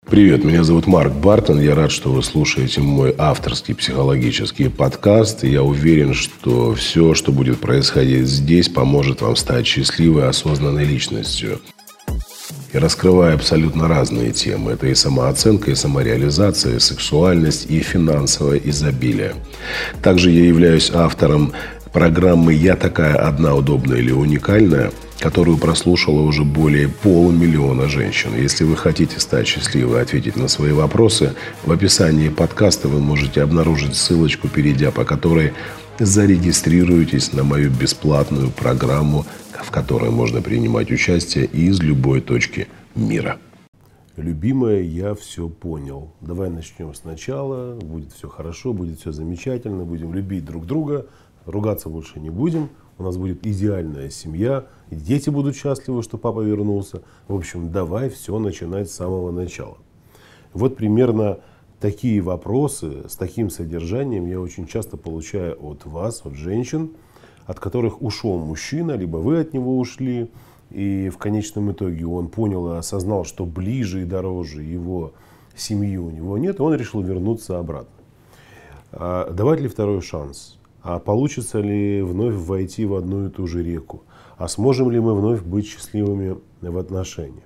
Привет, меня зовут Марк Бартон. Я рад, что вы слушаете мой авторский психологический подкаст. И я уверен, что все, что будет происходить здесь, поможет вам стать счастливой, осознанной личностью. Я раскрываю абсолютно разные темы. Это и самооценка, и самореализация, и сексуальность, и финансовое изобилие. Также я являюсь автором программы «Я такая одна, удобная или уникальная», которую прослушало уже более 500 000 женщин. Если вы хотите стать счастливой и ответить на свои вопросы, в описании подкаста вы можете обнаружить ссылочку, перейдя по которой зарегистрируетесь на мою бесплатную программу, в которой можно принимать участие из любой точки мира. Любимая, я все понял. Давай начнем сначала. Будет все хорошо, будет все замечательно. Будем любить друг друга. Ругаться больше не будем. У нас будет идеальная семья. И дети будут счастливы, что папа вернулся. В общем, давай все начинать с самого начала. Вот примерно такие вопросы с таким содержанием я очень часто получаю от вас, от женщин, от которых ушел мужчина, либо вы от него ушли. И в конечном итоге он понял и осознал, что ближе и дороже его семьи у него нет, и он решил вернуться обратно. Давать ли второй шанс? А получится ли вновь войти в одну и ту же реку? А сможем ли мы вновь быть счастливыми в отношениях?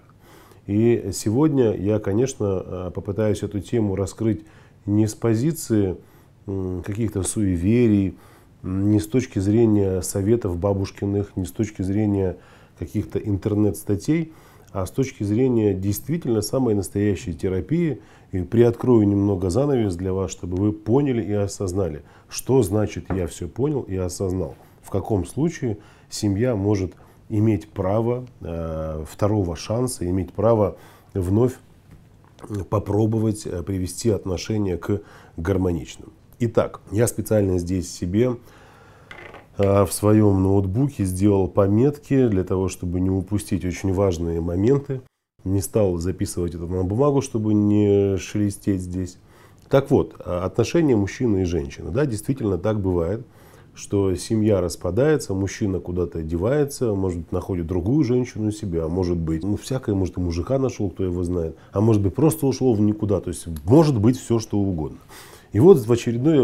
И сегодня я, конечно, попытаюсь эту тему раскрыть не с позиции каких-то суеверий, не с точки зрения советов бабушкиных, не с точки зрения каких-то интернет-статей, а с точки зрения действительно самой настоящей терапии. И приоткрою немного занавес для вас, чтобы вы поняли и осознали, что значит «я все понял и осознал». В каком случае семья может иметь право второго шанса, иметь право вновь попробовать привести отношения к гармоничным. Итак, я специально здесь себе в своем ноутбуке сделал пометки для того, чтобы не упустить очень важные моменты. Не стал записывать это на бумагу, чтобы не шелестеть здесь. Так вот, отношения мужчины и женщины. Да, действительно так бывает, что семья распадается, мужчина куда-то одевается, может быть, находит другую женщину себя, может быть, всякое, может, и мужика нашел, кто его знает, а может быть, просто ушел в никуда. То есть, может быть, все, что угодно. И вот в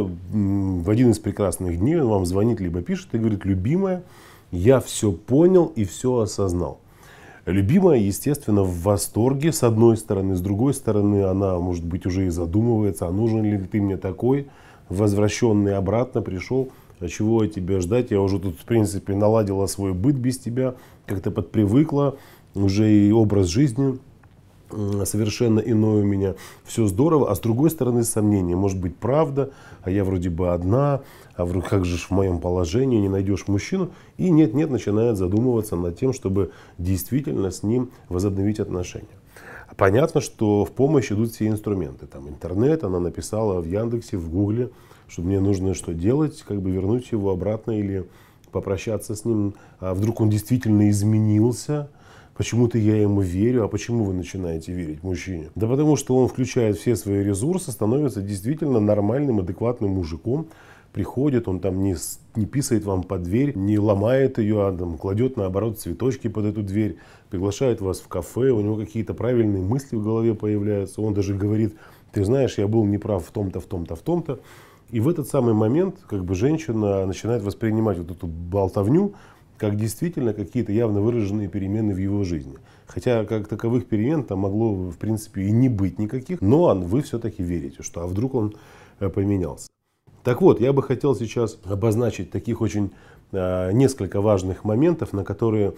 один из прекрасных дней он вам звонит, либо пишет и говорит: любимая, я все понял и все осознал. Любимая, естественно, в восторге, с одной стороны. С другой стороны, она, может быть, уже и задумывается, а нужен ли ты мне такой, возвращенный обратно, пришел, а чего от тебя ждать? Я уже тут, в принципе, наладила свой быт без тебя, как-то подпривыкла, уже и образ жизни совершенно иной у меня. Все здорово, а с другой стороны сомнения. Может быть, правда, а я вроде бы одна, а вдруг как же в моем положении не найдешь мужчину? И нет-нет, начинает задумываться над тем, чтобы действительно с ним возобновить отношения. Понятно, что в помощь идут все инструменты. Там интернет, она написала в Яндексе, в Гугле, что мне нужно что делать, как бы вернуть его обратно или попрощаться с ним. А вдруг он действительно изменился? Почему-то я ему верю. А почему вы начинаете верить мужчине? Да потому что он включает все свои ресурсы, становится действительно нормальным, адекватным мужиком. Приходит, он там не писает вам под дверь, не ломает ее, а там кладет наоборот цветочки под эту дверь, приглашает вас в кафе, у него какие-то правильные мысли в голове появляются. Он даже говорит: ты знаешь, я был неправ в том-то, в том-то, в том-то. И в этот самый момент как бы женщина начинает воспринимать вот эту болтовню как действительно какие-то явно выраженные перемены в его жизни. Хотя как таковых перемен там могло в принципе и не быть никаких, но вы все-таки верите, что а вдруг он поменялся. Так вот, я бы хотел сейчас обозначить таких очень несколько важных моментов, на которые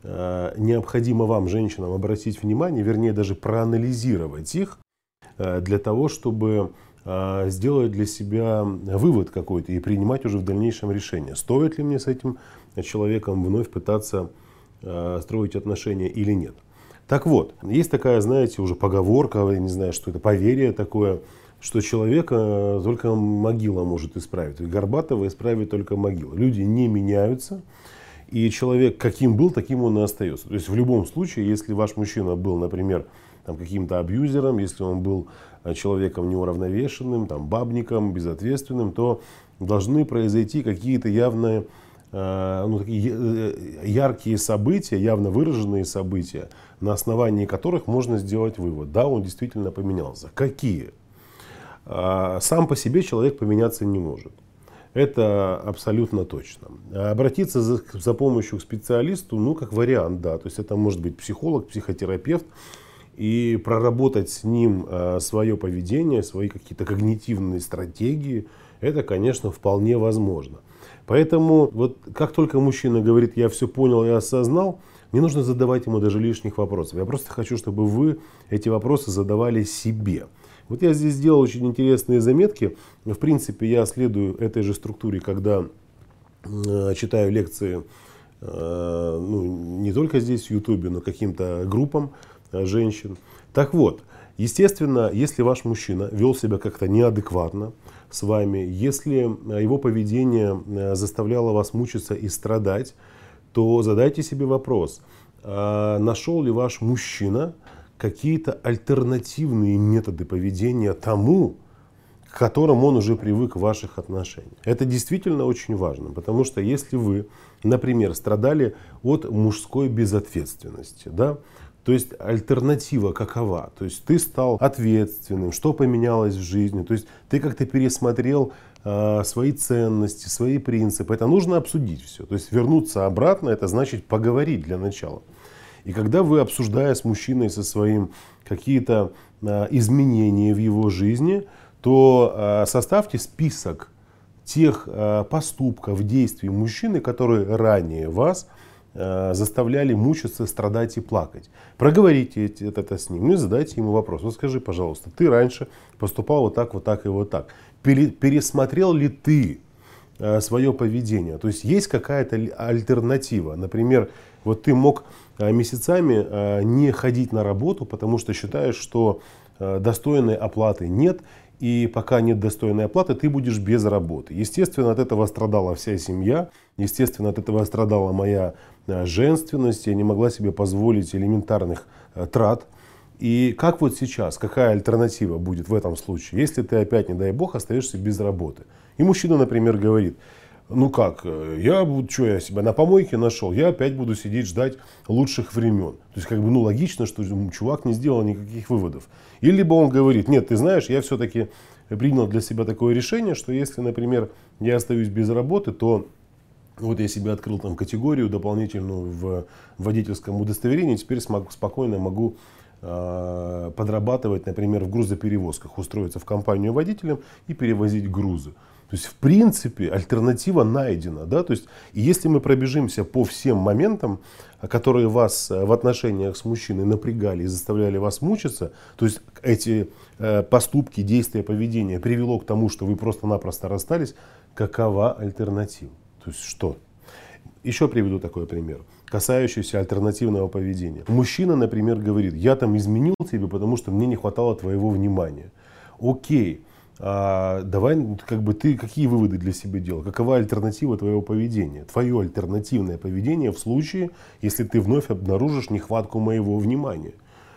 необходимо вам, женщинам, обратить внимание, вернее даже проанализировать их для того, чтобы сделать для себя вывод какой-то и принимать уже в дальнейшем решение, стоит ли мне с этим человеком вновь пытаться строить отношения или нет. Так вот, есть такая, знаете, уже поговорка, я не знаю, что это, поверье такое, что человека только могила может исправить. Горбатого исправит только могила. Люди не меняются, и человек каким был, таким он и остается. То есть в любом случае, если ваш мужчина был, например, каким-то абьюзером, если он был человеком неуравновешенным, бабником, безответственным, то должны произойти какие-то явные такие яркие события, явно выраженные события, на основании которых можно сделать вывод. Да, он действительно поменялся. Какие? Сам по себе человек поменяться не может. Это абсолютно точно. Обратиться за помощью к специалисту, как вариант, да. То есть это может быть психолог, психотерапевт. И проработать с ним свое поведение, свои какие-то когнитивные стратегии, это, конечно, вполне возможно. Поэтому вот как только мужчина говорит: я все понял и осознал, не нужно задавать ему даже лишних вопросов. Я просто хочу, чтобы вы эти вопросы задавали себе. Вот я здесь сделал очень интересные заметки. В принципе, я следую этой же структуре, когда читаю лекции, не только здесь в Ютубе, но каким-то группам женщин. Так вот, естественно, если ваш мужчина вел себя как-то неадекватно с вами, если его поведение заставляло вас мучиться и страдать, то задайте себе вопрос: нашел ли ваш мужчина какие-то альтернативные методы поведения тому, к которым он уже привык в ваших отношениях. Это действительно очень важно, потому что если вы, например, страдали от мужской безответственности, да, то есть альтернатива какова? То есть ты стал ответственным, что поменялось в жизни, то есть ты как-то пересмотрел свои ценности, свои принципы. Это нужно обсудить все. То есть вернуться обратно, это значит поговорить для начала. И когда вы, обсуждая с мужчиной со своим какие-то изменения в его жизни, то составьте список тех поступков, действий мужчины, которые ранее вас заставляли мучиться, страдать и плакать. Проговорите это с ним и задайте ему вопрос. Вот скажи, пожалуйста, ты раньше поступал вот так и вот так. Пересмотрел ли ты свое поведение? То есть есть какая-то альтернатива? Например, вот ты мог месяцами не ходить на работу, потому что считаешь, что достойной оплаты нет. И пока нет достойной оплаты, ты будешь без работы. Естественно, от этого страдала вся семья. Естественно, от этого страдала моя женственность. Я не могла себе позволить элементарных трат. И как вот сейчас, какая альтернатива будет в этом случае, если ты опять, не дай бог, остаешься без работы? И мужчина, например, говорит: я себя на помойке нашел, я опять буду сидеть ждать лучших времен. То есть логично, что чувак не сделал никаких выводов. Или либо он говорит: нет, ты знаешь, я все-таки принял для себя такое решение, что если, например, я остаюсь без работы, то вот я себе открыл там категорию дополнительную в водительском удостоверении, теперь спокойно могу подрабатывать, например, в грузоперевозках, устроиться в компанию водителем и перевозить грузы. То есть, в принципе, альтернатива найдена. Да? То есть, и если мы пробежимся по всем моментам, которые вас в отношениях с мужчиной напрягали и заставляли вас мучиться, то есть эти поступки, действия, поведение привело к тому, что вы просто-напросто расстались, какова альтернатива? То есть что? Еще приведу такой пример, касающийся альтернативного поведения. Мужчина, например, говорит: я там изменил тебе, потому что мне не хватало твоего внимания. Окей. Давай, ты какие выводы для себя делал? Какова альтернатива твоего поведения? Твое альтернативное поведение в случае, если ты вновь обнаружишь нехватку моего внимания.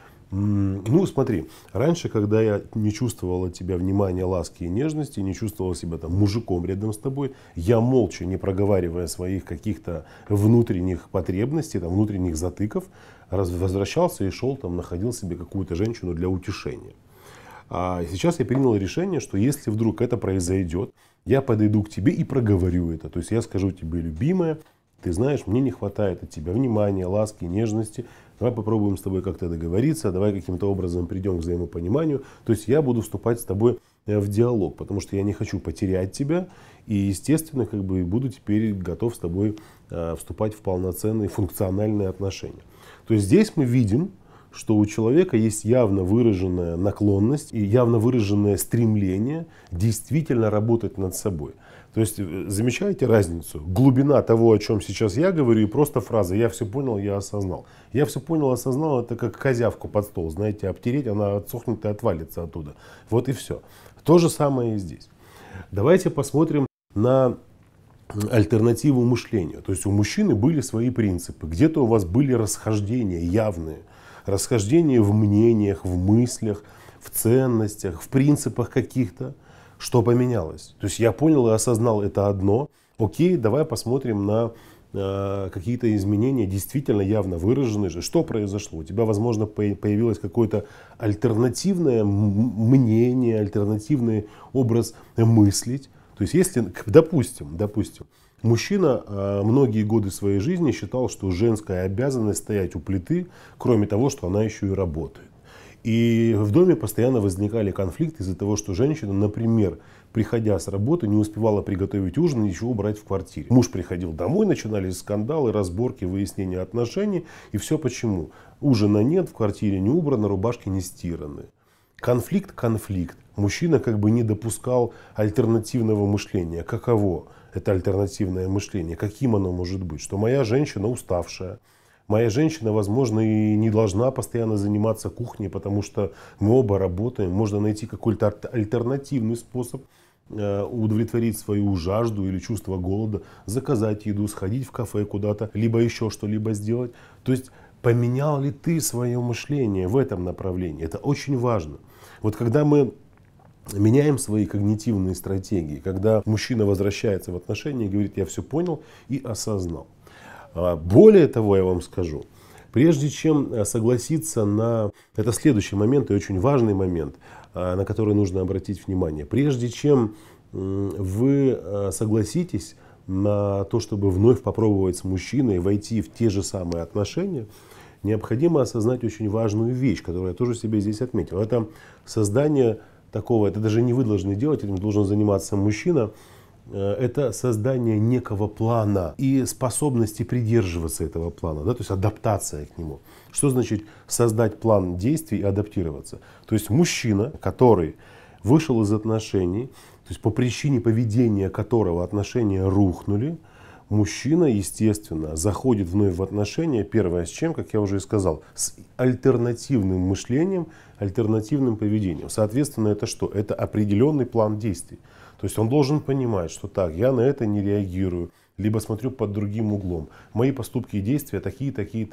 Смотри, раньше, когда я не чувствовал от тебя внимания, ласки и нежности, не чувствовал себя там мужиком рядом с тобой, я молча, не проговаривая своих каких-то внутренних потребностей, внутренних затыков, возвращался и шел, находил себе какую-то женщину для утешения. А сейчас я принял решение, что если вдруг это произойдет, я подойду к тебе и проговорю это. То есть я скажу тебе: любимая, ты знаешь, мне не хватает от тебя внимания, ласки, нежности. Давай попробуем с тобой как-то договориться, давай каким-то образом придем к взаимопониманию. То есть я буду вступать с тобой в диалог, потому что я не хочу потерять тебя. И, естественно, буду теперь готов с тобой вступать в полноценные функциональные отношения. То есть здесь мы видим, что у человека есть явно выраженная наклонность и явно выраженное стремление действительно работать над собой. То есть замечаете разницу? Глубина того, о чем сейчас я говорю, и просто фраза: я все понял, я осознал. Я все понял, осознал — это как козявку под стол, знаете, обтереть, она отсохнет и отвалится оттуда. Вот и все. То же самое и здесь. Давайте посмотрим на альтернативу мышлению. То есть у мужчины были свои принципы, где-то у вас были расхождения явные. Расхождение в мнениях, в мыслях, в ценностях, в принципах каких-то. Что поменялось? То есть я понял и осознал — это одно, Окей, давай посмотрим на какие-то изменения, действительно явно выраженные же. Что произошло? У тебя, возможно, появилось какое-то альтернативное мнение, альтернативный образ мыслить. То есть, если, допустим, мужчина многие годы своей жизни считал, что женская обязанность стоять у плиты, кроме того, что она еще и работает. И в доме постоянно возникали конфликты из-за того, что женщина, например, приходя с работы, не успевала приготовить ужин и ничего убрать в квартире. Муж приходил домой, начинались скандалы, разборки, выяснения отношений. И все почему? Ужина нет, в квартире не убрано, рубашки не стираны. Конфликт. Мужчина как бы не допускал альтернативного мышления. Каково это альтернативное мышление? Каким оно может быть? Что моя женщина уставшая. Моя женщина, возможно, и не должна постоянно заниматься кухней, потому что мы оба работаем. Можно найти какой-то альтернативный способ удовлетворить свою жажду или чувство голода, заказать еду, сходить в кафе куда-то, либо еще что-либо сделать. То есть поменял ли ты свое мышление в этом направлении? Это очень важно. Вот когда мы меняем свои когнитивные стратегии, когда мужчина возвращается в отношения и говорит: я все понял и осознал. Более того, я вам скажу, прежде чем согласиться на... Это следующий момент и очень важный момент, на который нужно обратить внимание. Прежде чем вы согласитесь на то, чтобы вновь попробовать с мужчиной войти в те же самые отношения, необходимо осознать очень важную вещь, которую я тоже себе здесь отметил. Это создание такого, это даже не вы должны делать, этим должен заниматься мужчина. Это создание некого плана и способности придерживаться этого плана, да, то есть адаптация к нему. Что значит создать план действий и адаптироваться? То есть мужчина, который вышел из отношений, то есть по причине поведения которого отношения рухнули, мужчина, естественно, заходит вновь в отношения, первое с чем, как я уже и сказал, с альтернативным мышлением, альтернативным поведением. Соответственно, это что? Это определенный план действий. То есть он должен понимать, что так, я на это не реагирую, либо смотрю под другим углом. Мои поступки и действия такие.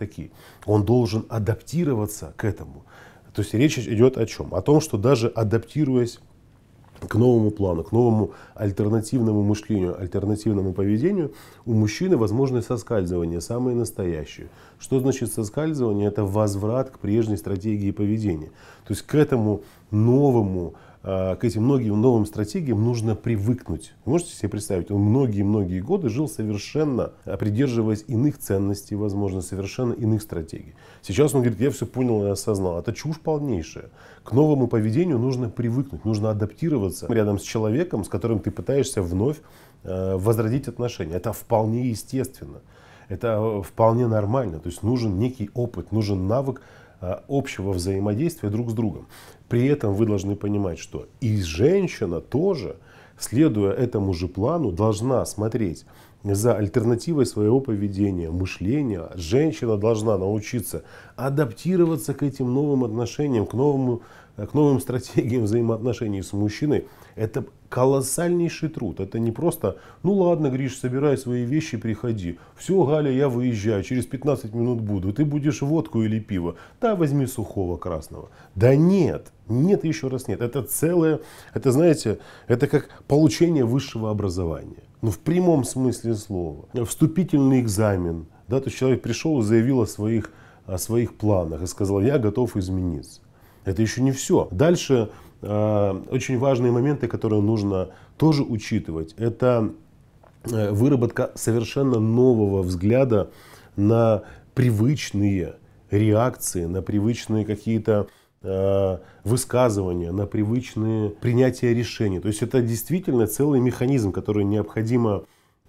Он должен адаптироваться к этому. То есть речь идет о чем? О том, что даже адаптируясь к новому плану, к новому альтернативному мышлению, альтернативному поведению, у мужчины возможность соскальзывания самое настоящее. Что значит соскальзывание? Это возврат к прежней стратегии поведения. То есть к этому новому, к этим многим новым стратегиям нужно привыкнуть. Вы можете себе представить, он многие-многие годы жил совершенно придерживаясь иных ценностей, возможно, совершенно иных стратегий. Сейчас он говорит: я все понял и осознал. Это чушь полнейшая. К новому поведению нужно привыкнуть, нужно адаптироваться рядом с человеком, с которым ты пытаешься вновь возродить отношения. Это вполне естественно. Это вполне нормально. То есть нужен некий опыт, нужен навык общего взаимодействия друг с другом. При этом вы должны понимать, что и женщина тоже, следуя этому же плану, должна смотреть за альтернативой своего поведения, мышления. Женщина должна научиться адаптироваться к этим новым отношениям, к новым стратегиям взаимоотношений с мужчиной. Это колоссальнейший труд. Это не просто: ну ладно, Гриш, собирай свои вещи, приходи. Все, Галя, я выезжаю, через 15 минут буду. Ты будешь водку или пиво? Да, возьми сухого красного. Да нет, еще раз нет. Это целое, это, знаете, это как получение высшего образования. Ну, в прямом смысле слова. Вступительный экзамен. Да, то есть человек пришел и заявил о своих планах и сказал: я готов измениться. Это еще не все. Дальше очень важные моменты, которые нужно тоже учитывать. Это выработка совершенно нового взгляда на привычные реакции, на привычные какие-то высказывания, на привычные принятия решений. То есть это действительно целый механизм, который необходимо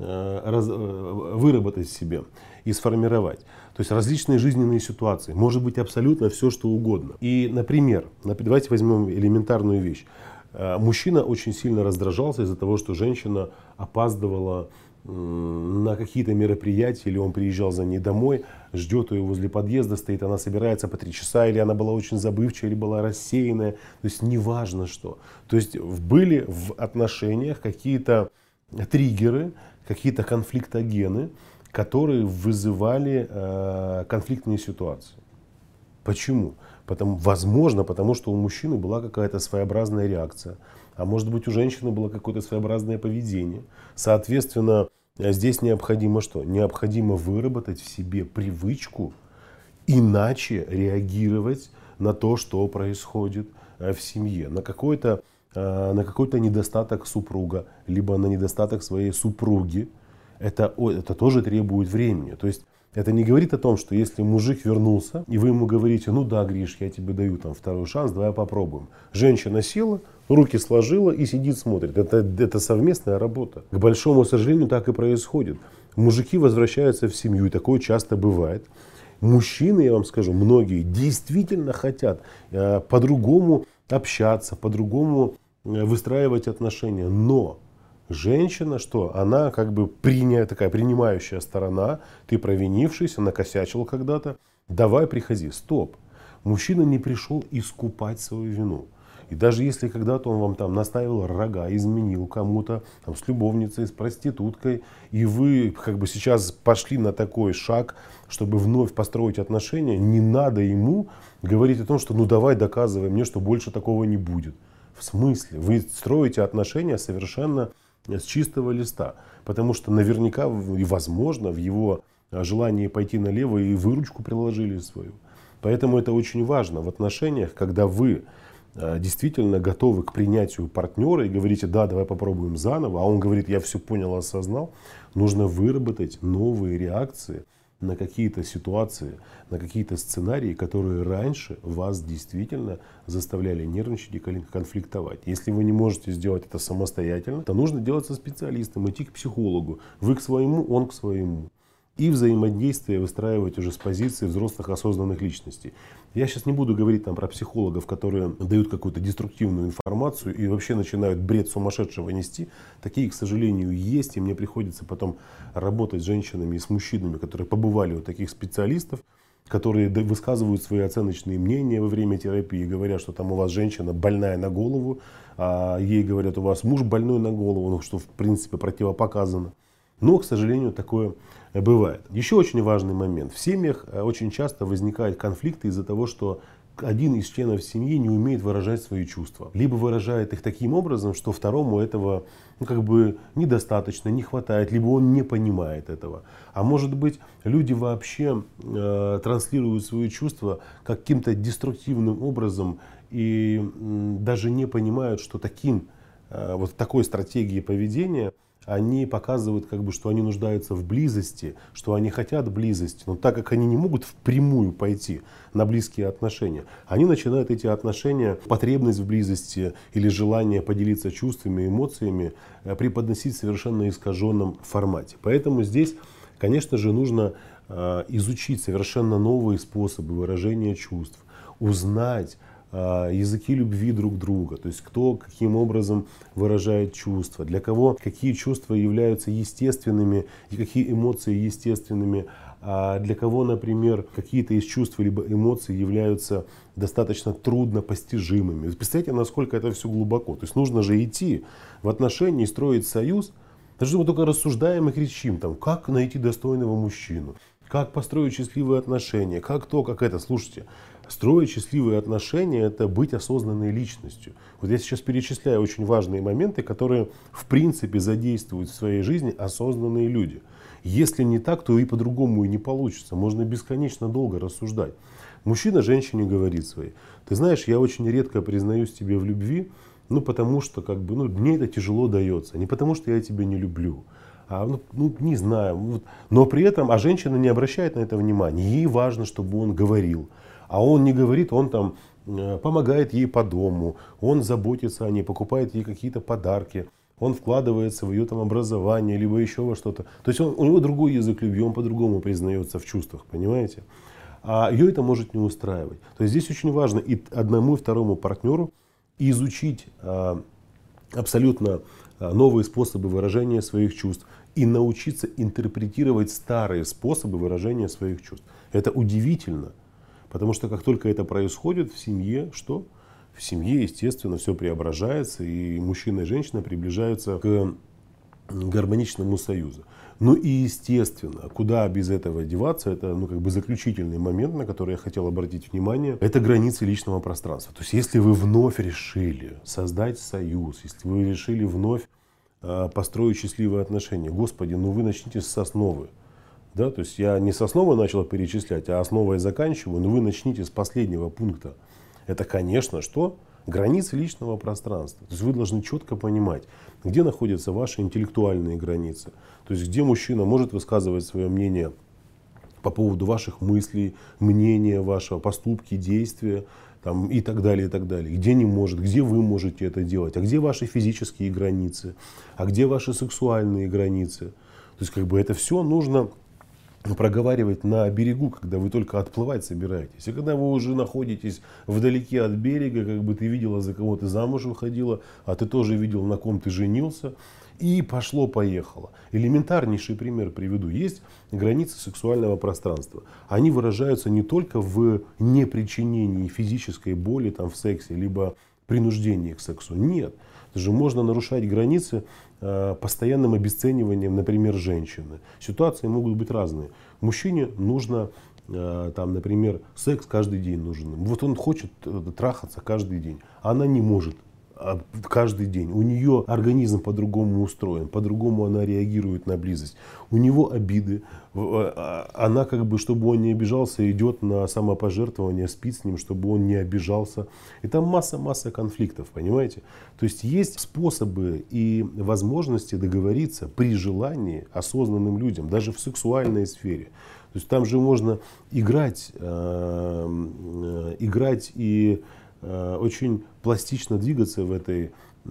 выработать в себе и сформировать. То есть различные жизненные ситуации. Может быть абсолютно все, что угодно. И, например, давайте возьмем элементарную вещь. Мужчина очень сильно раздражался из-за того, что женщина опаздывала на какие-то мероприятия, или он приезжал за ней домой, ждет ее возле подъезда, стоит, она собирается по 3 часа, или она была очень забывчивая, или была рассеянная. То есть неважно что. То есть были в отношениях какие-то триггеры, какие-то конфликтогены, которые вызывали конфликтные ситуации. Почему? Возможно, потому что у мужчины была какая-то своеобразная реакция, а может быть у женщины было какое-то своеобразное поведение. Соответственно, здесь необходимо что? Необходимо выработать в себе привычку иначе реагировать на то, что происходит в семье, на какой-то недостаток супруга, либо на недостаток своей супруги. Это тоже требует времени. То есть это не говорит о том, что если мужик вернулся, и вы ему говорите: ну да, Гриш, я тебе даю там второй шанс, давай попробуем. Женщина села, руки сложила и сидит, смотрит. Это совместная работа. К большому сожалению, так и происходит. Мужики возвращаются в семью, и такое часто бывает. Мужчины, я вам скажу, многие действительно хотят по-другому общаться, по-другому выстраивать отношения. Но женщина, что? Она как бы такая принимающая сторона. Ты провинившийся, накосячил когда-то. Давай, приходи. Стоп. Мужчина не пришел искупать свою вину. И даже если когда-то он вам там наставил рога, изменил кому-то, там, с любовницей, с проституткой, и вы как бы сейчас пошли на такой шаг, чтобы вновь построить отношения, не надо ему говорить о том, что ну давай доказывай мне, что больше такого не будет. В смысле? Вы строите отношения совершенно с чистого листа. Потому что наверняка и возможно в его желании пойти налево и выручку приложили свою. Поэтому это очень важно в отношениях, когда вы действительно готовы к принятию партнера и говорите: да, давай попробуем заново, а он говорит: я все понял, осознал. Нужно выработать новые реакции на какие-то ситуации, на какие-то сценарии, которые раньше вас действительно заставляли нервничать и конфликтовать. Если вы не можете сделать это самостоятельно, то нужно делать со специалистом, идти к психологу. Вы к своему, он к своему. И взаимодействие выстраивать уже с позиции взрослых осознанных личностей. Я сейчас не буду говорить там про психологов, которые дают какую-то деструктивную информацию и вообще начинают бред сумасшедшего нести. Такие, к сожалению, есть. И мне приходится потом работать с женщинами и с мужчинами, которые побывали у таких специалистов, которые высказывают свои оценочные мнения во время терапии, говорят, что там у вас женщина больная на голову, а ей говорят: у вас муж больной на голову, ну, что в принципе противопоказано. Но, к сожалению, такое бывает. Еще очень важный момент. В семьях очень часто возникают конфликты из-за того, что один из членов семьи не умеет выражать свои чувства. Либо выражает их таким образом, что второму этого недостаточно, не хватает, либо он не понимает этого. А может быть, люди вообще транслируют свои чувства каким-то деструктивным образом и даже не понимают, что такой стратегией поведения они показывают, что они нуждаются в близости, что они хотят близости. Но так как они не могут впрямую пойти на близкие отношения, они начинают эти отношения, потребность в близости или желание поделиться чувствами, эмоциями преподносить в совершенно искаженном формате. Поэтому здесь, конечно же, нужно изучить совершенно новые способы выражения чувств, узнать языки любви друг друга, то есть кто каким образом выражает чувства, для кого какие чувства являются естественными и какие эмоции естественными, а для кого, например, какие-то из чувств либо эмоций являются достаточно трудно постижимыми. Представляете, насколько это все глубоко. То есть нужно же идти в отношения и строить союз, потому что мы только рассуждаем и кричим, как найти достойного мужчину, как построить счастливые отношения, как это. Слушайте, строить счастливые отношения — это быть осознанной личностью. Вот я сейчас перечисляю очень важные моменты, которые в принципе задействуют в своей жизни осознанные люди. Если не так, то и по-другому и не получится. Можно бесконечно долго рассуждать. Mужчина женщине говорит своей: ты знаешь, я очень редко признаюсь тебе в любви, потому что мне это тяжело дается. Не потому что я тебя не люблю, не знаю. Но при этом, женщина не обращает на это внимания. Ей важно, чтобы он говорил. А он не говорит, он помогает ей по дому, он заботится о ней, покупает ей какие-то подарки, он вкладывается в ее образование, либо еще во что-то. То есть у него другой язык любви, он по-другому признается в чувствах, понимаете? А ее это может не устраивать. То есть здесь очень важно и одному, и второму партнеру изучить абсолютно новые способы выражения своих чувств и научиться интерпретировать старые способы выражения своих чувств. Это удивительно. Потому что как только это происходит в семье, В семье, естественно, все преображается, и мужчина и женщина приближаются к гармоничному союзу. Ну и естественно, куда без этого деваться, это заключительный момент, на который я хотел обратить внимание, это границы личного пространства. То есть если вы вновь решили создать союз, если вы решили вновь построить счастливые отношения. Господи, ну вы начните с основы. Да? То есть я не с основы начал перечислять, а основой заканчиваю, но вы начните с последнего пункта. Это, конечно, что? Границы личного пространства. То есть вы должны четко понимать, где находятся ваши интеллектуальные границы. То есть где мужчина может высказывать свое мнение по поводу ваших мыслей, мнения вашего, поступки, действия там, и так далее, и так далее. Где не может, где вы можете это делать, а где ваши физические границы, а где ваши сексуальные границы. То есть как бы это все нужно проговаривать на берегу, когда вы только отплывать собираетесь. И когда вы уже находитесь вдалеке от берега, как бы ты видела, за кого ты замуж выходила, а ты тоже видел, на ком ты женился. И пошло-поехало. Элементарнейший пример приведу. Есть границы сексуального пространства. Они выражаются не только в непричинении физической боли там, в сексе, либо принуждении к сексу. Нет. Даже можно нарушать границы постоянным обесцениванием, например, женщины. Ситуации могут быть разные. Мужчине нужно, там, например, секс каждый день нужен. Вот он хочет трахаться каждый день, а она не может каждый день. У нее организм по-другому устроен, по-другому она реагирует на близость. У него обиды. Она, как бы, чтобы он не обижался, идет на самопожертвование, спит с ним, чтобы он не обижался. И там масса конфликтов, понимаете? То есть есть способы и возможности договориться при желании осознанным людям, даже в сексуальной сфере. То есть там же можно играть и очень пластично двигаться в этой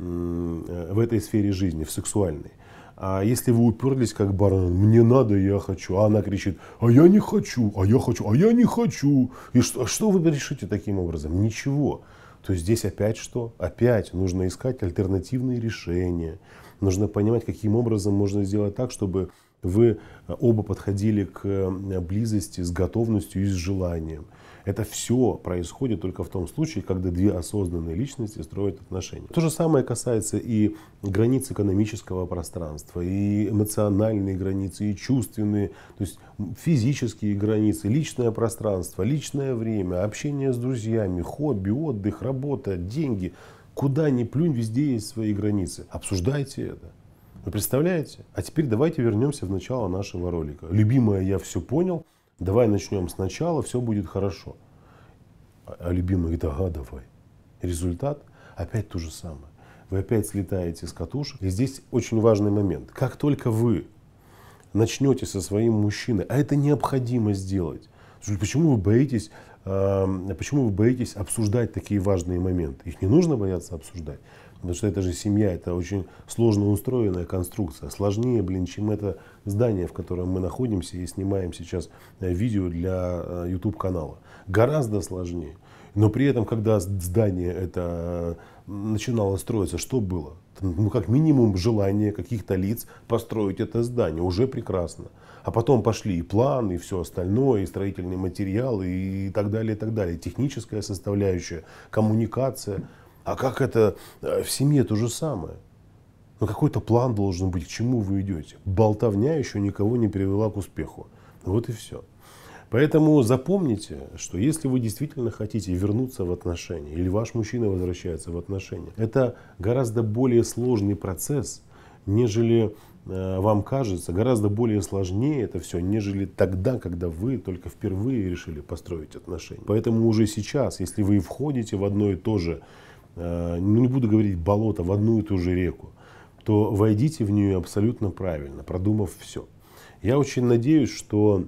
сфере жизни, в сексуальной. А если вы уперлись как баран, мне надо, я хочу, а она кричит, а я не хочу, а я хочу, а я не хочу. И что вы решите таким образом? Ничего. То есть здесь опять что? Опять нужно искать альтернативные решения. Нужно понимать, каким образом можно сделать так, чтобы вы оба подходили к близости с готовностью и с желанием. Это все происходит только в том случае, когда две осознанные личности строят отношения. То же самое касается и границ экономического пространства, и эмоциональные границы, и чувственные, то есть физические границы, личное пространство, личное время, общение с друзьями, хобби, отдых, работа, деньги. Куда ни плюнь, везде есть свои границы. Обсуждайте это. Вы представляете? А теперь давайте вернемся в начало нашего ролика. Любимая, я все понял. Давай начнем сначала, все будет хорошо. А любимый говорит, ага, давай. Результат опять то же самое. Вы опять слетаете с катушек. И здесь очень важный момент. Как только вы начнете со своим мужчиной, а это необходимо сделать. Почему вы боитесь обсуждать такие важные моменты? Их не нужно бояться обсуждать. Потому что это же семья, это очень сложно устроенная конструкция. Сложнее, чем это здание, в котором мы находимся и снимаем сейчас видео для YouTube канала. Гораздо сложнее. Но при этом, когда здание это начинало строиться, что было? Ну, как минимум, желание каких-то лиц построить это здание. Уже прекрасно. А потом пошли и план, и все остальное, и строительные материалы, и так далее, и так далее. Техническая составляющая, коммуникация. А как это в семье то же самое? Ну, какой-то план должен быть, к чему вы идете. Болтовня еще никого не привела к успеху. Вот и все. Поэтому запомните, что если вы действительно хотите вернуться в отношения, или ваш мужчина возвращается в отношения, это гораздо более сложный процесс, нежели вам кажется, гораздо более сложнее это все, нежели тогда, когда вы только впервые решили построить отношения. Поэтому уже сейчас, если вы входите в одно и то же, ну не буду говорить болото, в одну и ту же реку, то войдите в нее абсолютно правильно, продумав все. Я очень надеюсь, что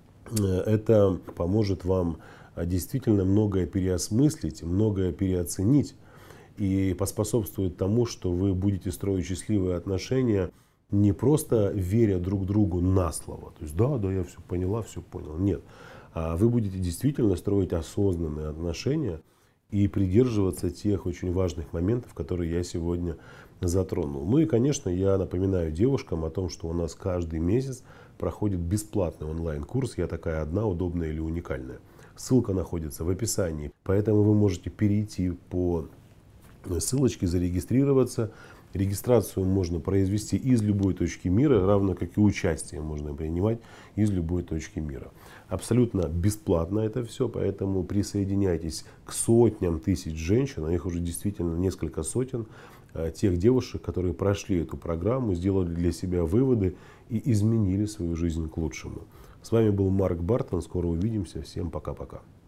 это поможет вам действительно многое переосмыслить, многое переоценить и поспособствует тому, что вы будете строить счастливые отношения, не просто веря друг другу на слово. То есть да, я все поняла, все понял. Нет. А вы будете действительно строить осознанные отношения и придерживаться тех очень важных моментов, которые я сегодня затронул. Ну и, конечно, я напоминаю девушкам о том, что у нас каждый месяц проходит бесплатный онлайн-курс «Я такая одна, удобная или уникальная». Ссылка находится в описании, поэтому вы можете перейти по ссылочке, зарегистрироваться. Регистрацию можно произвести из любой точки мира, равно как и участие можно принимать из любой точки мира. Абсолютно бесплатно это все, поэтому присоединяйтесь к сотням тысяч женщин, а их уже действительно несколько сотен, тех девушек, которые прошли эту программу, сделали для себя выводы и изменили свою жизнь к лучшему. С вами был Марк Бартон. Скоро увидимся. Всем пока-пока.